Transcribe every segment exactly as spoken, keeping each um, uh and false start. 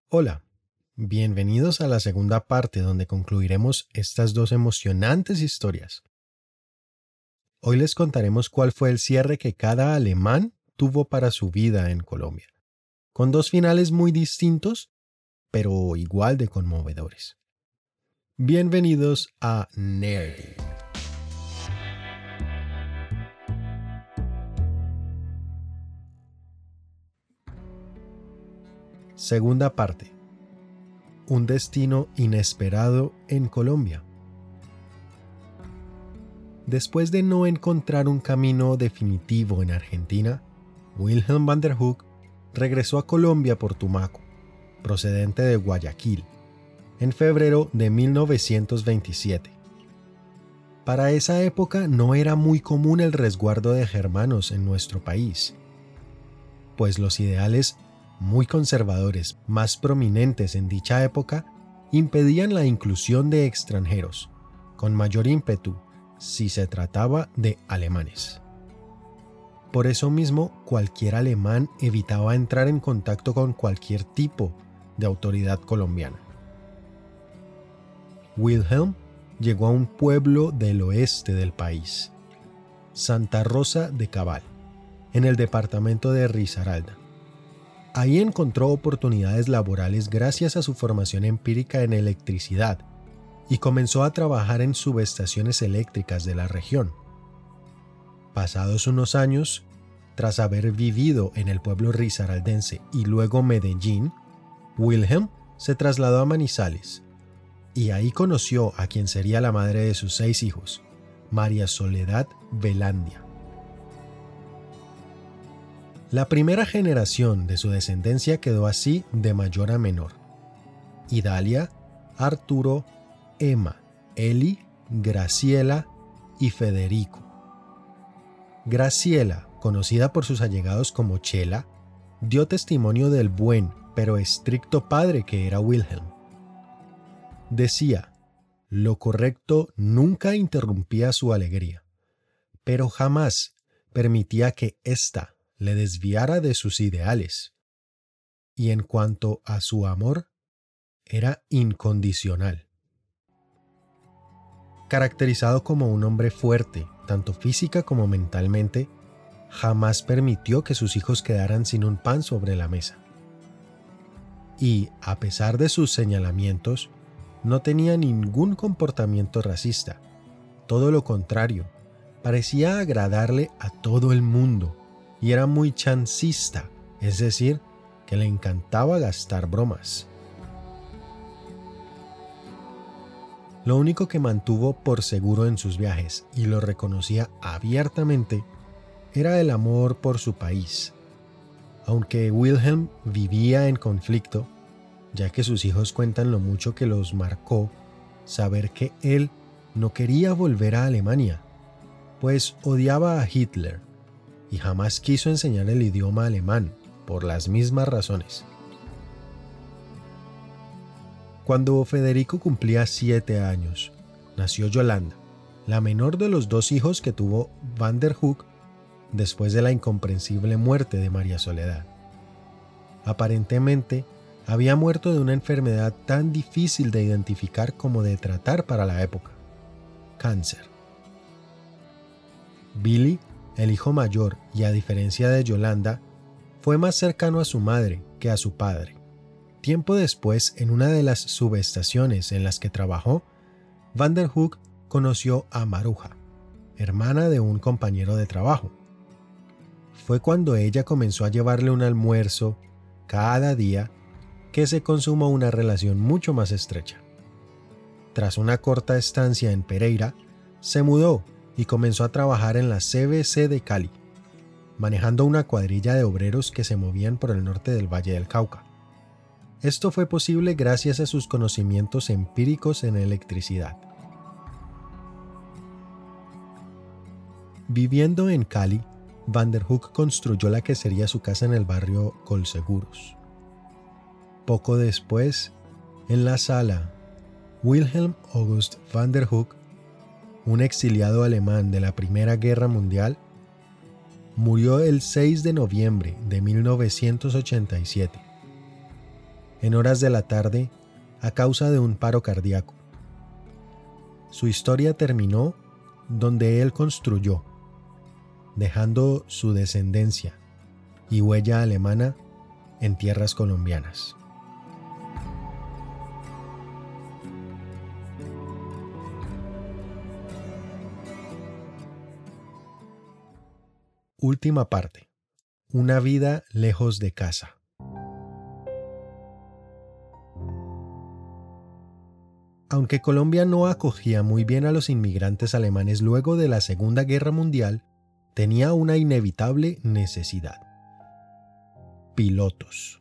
Hola, bienvenidos a la segunda parte donde concluiremos estas dos emocionantes historias. Hoy les contaremos cuál fue el cierre que cada alemán tuvo para su vida en Colombia, con dos finales muy distintos, pero igual de conmovedores. Bienvenidos a Nerding. Segunda parte. Un destino inesperado en Colombia. Después de no encontrar un camino definitivo en Argentina, Wilhelm van der Hoek regresó a Colombia por Tumaco, procedente de Guayaquil, en febrero de mil novecientos veintisiete. Para esa época no era muy común el resguardo de germanos en nuestro país, pues los ideales muy conservadores más prominentes en dicha época impedían la inclusión de extranjeros, con mayor ímpetu si se trataba de alemanes. Por eso mismo, cualquier alemán evitaba entrar en contacto con cualquier tipo de autoridad colombiana. Wilhelm llegó a un pueblo del oeste del país, Santa Rosa de Cabal, en el departamento de Risaralda. Ahí encontró oportunidades laborales gracias a su formación empírica en electricidad y comenzó a trabajar en subestaciones eléctricas de la región. Pasados unos años, tras haber vivido en el pueblo risaraldense y luego Medellín, Wilhelm se trasladó a Manizales y ahí conoció a quien sería la madre de sus seis hijos, María Soledad Velandia. La primera generación de su descendencia quedó así de mayor a menor: Idalia, Arturo, Emma, Eli, Graciela y Federico. Graciela, conocida por sus allegados como Chela, dio testimonio del buen pero estricto padre que era Wilhelm. Decía, lo correcto nunca interrumpía su alegría, pero jamás permitía que ésta le desviara de sus ideales. Y en cuanto a su amor, era incondicional. Caracterizado como un hombre fuerte, tanto física como mentalmente, jamás permitió que sus hijos quedaran sin un pan sobre la mesa. Y, a pesar de sus señalamientos, no tenía ningún comportamiento racista. Todo lo contrario, parecía agradarle a todo el mundo y era muy chancista, es decir, que le encantaba gastar bromas. Lo único que mantuvo por seguro en sus viajes, y lo reconocía abiertamente, era el amor por su país. Aunque Wilhelm vivía en conflicto, ya que sus hijos cuentan lo mucho que los marcó saber que él no quería volver a Alemania, pues odiaba a Hitler y jamás quiso enseñar el idioma alemán por las mismas razones. Cuando Federico cumplía siete años, nació Yolanda, la menor de los dos hijos que tuvo van der Hoek después de la incomprensible muerte de María Soledad. Aparentemente, había muerto de una enfermedad tan difícil de identificar como de tratar para la época: cáncer. Billy, el hijo mayor, y a diferencia de Yolanda, fue más cercano a su madre que a su padre. Tiempo después, en una de las subestaciones en las que trabajó, van der Hoek conoció a Maruja, hermana de un compañero de trabajo. Fue cuando ella comenzó a llevarle un almuerzo cada día que se consumó una relación mucho más estrecha. Tras una corta estancia en Pereira, se mudó y comenzó a trabajar en la C B C de Cali, manejando una cuadrilla de obreros que se movían por el norte del Valle del Cauca. Esto fue posible gracias a sus conocimientos empíricos en electricidad. Viviendo en Cali, van der Hoek construyó la que sería su casa en el barrio Colseguros. Poco después, en la sala, Wilhelm August van der Hoek, un exiliado alemán de la Primera Guerra Mundial, murió el seis de noviembre de mil novecientos ochenta y siete. en horas de la tarde a causa de un paro cardíaco. Su historia terminó donde él construyó, dejando su descendencia y huella alemana en tierras colombianas. Última parte. Una vida lejos de casa. Aunque Colombia no acogía muy bien a los inmigrantes alemanes luego de la Segunda Guerra Mundial, tenía una inevitable necesidad: pilotos.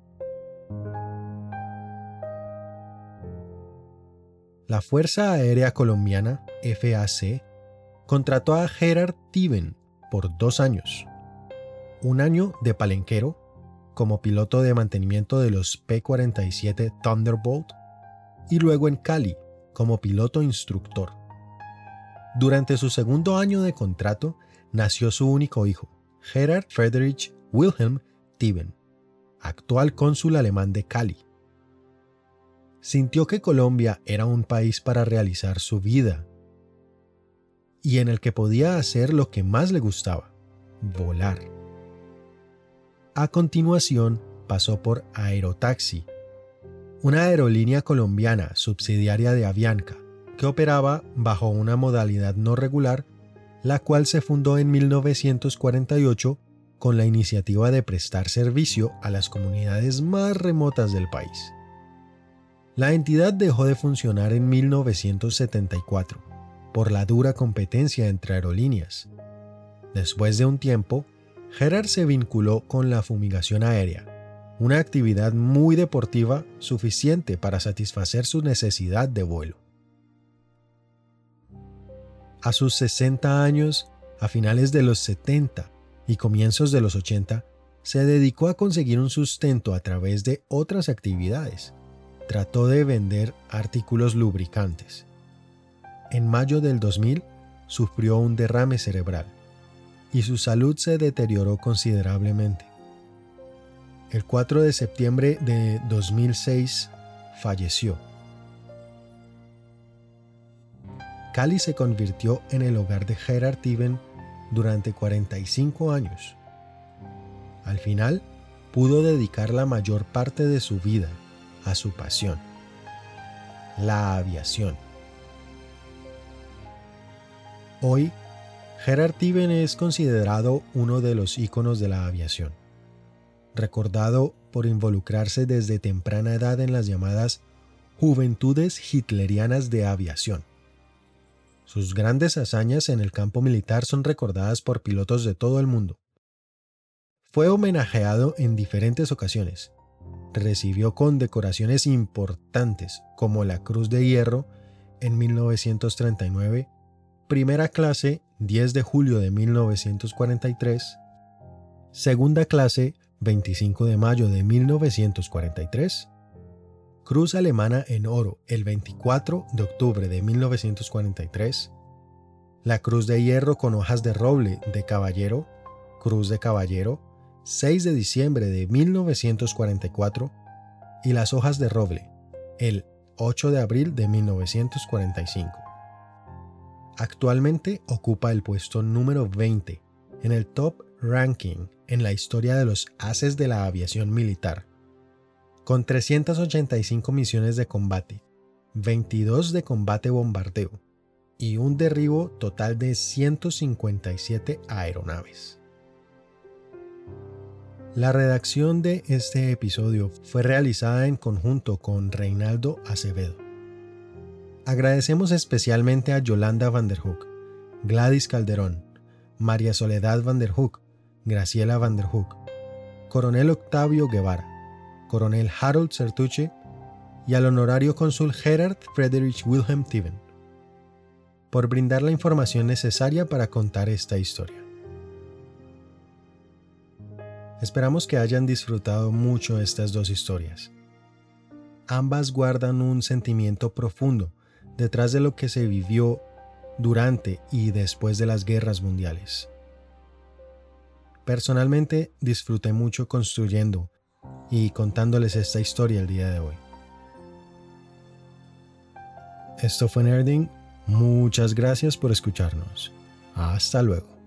La Fuerza Aérea Colombiana, F A C, contrató a Gerard Teven por dos años. Un año de palenquero, como piloto de mantenimiento de los P cuarenta y siete Thunderbolt, y luego en Cali, como piloto instructor. Durante su segundo año de contrato, nació su único hijo, Gerard Friedrich Wilhelm Teven, actual cónsul alemán de Cali. Sintió que Colombia era un país para realizar su vida y en el que podía hacer lo que más le gustaba: volar. A continuación, pasó por Aerotaxi, una aerolínea colombiana subsidiaria de Avianca, que operaba bajo una modalidad no regular, la cual se fundó en mil novecientos cuarenta y ocho con la iniciativa de prestar servicio a las comunidades más remotas del país. La entidad dejó de funcionar en mil novecientos setenta y cuatro por la dura competencia entre aerolíneas. Después de un tiempo, Gerard se vinculó con la fumigación aérea, una actividad muy deportiva suficiente para satisfacer su necesidad de vuelo. A sus sesenta años, a finales de los setenta y comienzos de los ochenta, se dedicó a conseguir un sustento a través de otras actividades. Trató de vender artículos lubricantes. En mayo del dos mil, sufrió un derrame cerebral y su salud se deterioró considerablemente. El cuatro de septiembre de dos mil seis falleció. Cali se convirtió en el hogar de Gerard Teven durante cuarenta y cinco años. Al final, pudo dedicar la mayor parte de su vida a su pasión: la aviación. Hoy, Gerard Teven es considerado uno de los íconos de la aviación, recordado por involucrarse desde temprana edad en las llamadas Juventudes Hitlerianas de Aviación. Sus grandes hazañas en el campo militar son recordadas por pilotos de todo el mundo. Fue homenajeado en diferentes ocasiones. Recibió condecoraciones importantes como la Cruz de Hierro en mil novecientos treinta y nueve, Primera Clase diez de julio de mil novecientos cuarenta y tres, Segunda Clase veinticinco de mayo de mil novecientos cuarenta y tres, Cruz Alemana en Oro el veinticuatro de octubre de mil novecientos cuarenta y tres, la Cruz de Hierro con hojas de roble de Caballero, Cruz de Caballero, seis de diciembre de mil novecientos cuarenta y cuatro, y las hojas de roble, el ocho de abril de mil novecientos cuarenta y cinco. Actualmente ocupa el puesto número veinte en el Top Ranking en la historia de los ases de la aviación militar, con trescientas ochenta y cinco misiones de combate, veintidós de combate bombardeo y un derribo total de ciento cincuenta y siete aeronaves. La redacción de este episodio fue realizada en conjunto con Reinaldo Acevedo. Agradecemos especialmente a Yolanda van der Hoek, Gladys Calderón, María Soledad van der Hoek, Graciela van der Hoek, Coronel Octavio Guevara, Coronel Harold Sertuche y al honorario cónsul Gerard Friedrich Wilhelm Teven, por brindar la información necesaria para contar esta historia. Esperamos que hayan disfrutado mucho estas dos historias. Ambas guardan un sentimiento profundo detrás de lo que se vivió durante y después de las guerras mundiales. Personalmente disfruté mucho construyendo y contándoles esta historia el día de hoy. Esto fue Nerding. Muchas gracias por escucharnos. Hasta luego.